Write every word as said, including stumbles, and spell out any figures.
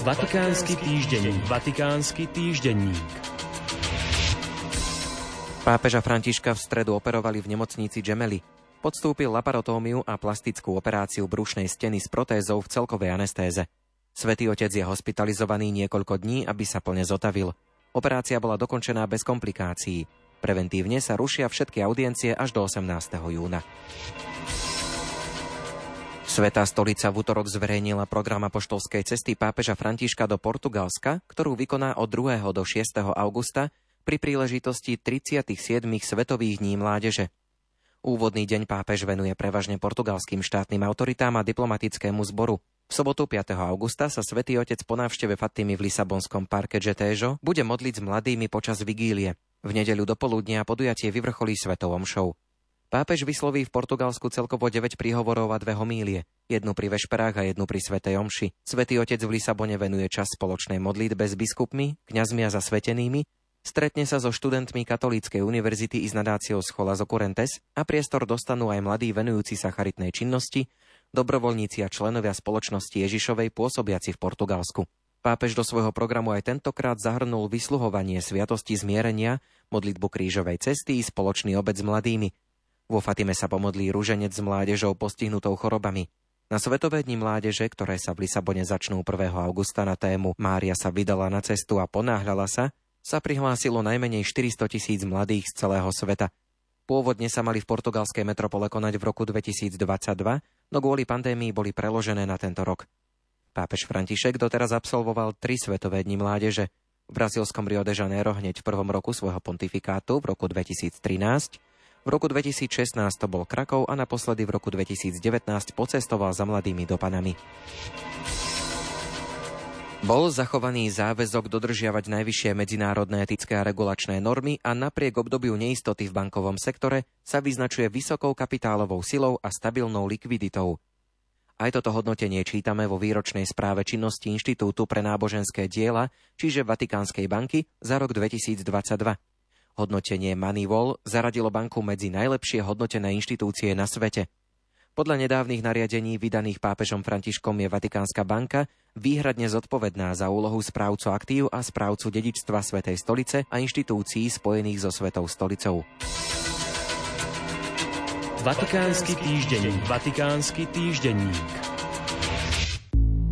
Vatikánsky týždenník. Vatikánsky týždenník. Pápeža Františka v stredu operovali v nemocnici Gemelli. Podstúpil laparotómiu a plastickú operáciu brušnej steny s protézou v celkovej anestéze. Svätý otec je hospitalizovaný niekoľko dní, aby sa plne zotavil. Operácia bola dokončená bez komplikácií. Preventívne sa rušia všetky audiencie až do osemnásteho júna. Svätá stolica v utorok zverejnila program apoštolskej cesty pápeža Františka do Portugalska, ktorú vykoná od druhého do šiesteho augusta pri príležitosti tridsiatych siedmych Svetových dní mládeže. Úvodný deň pápež venuje prevažne portugalským štátnym autoritám a diplomatickému zboru. V sobotu piateho augusta sa svätý otec po návšteve Fatimy v Lisabonskom parke Getejo bude modliť s mladými počas vigílie. V nedeľu do poludnia podujatie vyvrcholí svetou omšou. Pápež vysloví v Portugalsku celkovo deväť príhovorov a dve homílie, jednu pri vešperách a jednu pri svätej omši. Svätý otec v Lisabone venuje čas spoločnej modlitbe s biskupmi, kňazmi a zasvetenými, stretne sa so študentmi Katolíckej univerzity i s nadáciou Scholas Occurrentes a priestor dostanú aj mladí venujúci sa charitnej činnosti, dobrovoľníci a členovia spoločnosti Ježišovej pôsobiaci v Portugalsku. Pápež do svojho programu aj tentokrát zahrnul vysluhovanie sviatosti zmierenia, modlitbu krížovej cesty i spoločný obed s mladými. Vo Fatime sa pomodlí ruženec s mládežou postihnutou chorobami. Na Svetové dni mládeže, ktoré sa v Lisabone začnú prvého augusta na tému Mária sa vydala na cestu a ponáhľala sa, sa prihlásilo najmenej štyristotisíc mladých z celého sveta. Pôvodne sa mali v portugalskej metropole konať v roku dvetisícdvadsaťdva, no kvôli pandémii boli preložené na tento rok. Pápež František doteraz absolvoval tri Svetové dni mládeže. V brazílskom Rio de Janeiro hneď v prvom roku svojho pontifikátu v roku dvetisíctrinásť, v roku dvetisícšestnásť to bol Krakov a naposledy v roku dvetisícdevätnásť pocestoval za mladými do Panamy. Bol zachovaný záväzok dodržiavať najvyššie medzinárodné etické a regulačné normy a napriek obdobiu neistoty v bankovom sektore sa vyznačuje vysokou kapitálovou silou a stabilnou likviditou. Aj toto hodnotenie čítame vo výročnej správe činnosti Inštitútu pre náboženské diela, čiže Vatikánskej banky, za rok dvetisícdvadsaťdva. Hodnotenie Moneywall zaradilo banku medzi najlepšie hodnotené inštitúcie na svete. Podľa nedávnych nariadení vydaných pápežom Františkom je Vatikánska banka výhradne zodpovedná za úlohu správcu aktív a správcu dedičstva Svätej stolice a inštitúcií spojených so Svätou stolicou. Vatikánsky týždenník. Vatikánsky týždenník.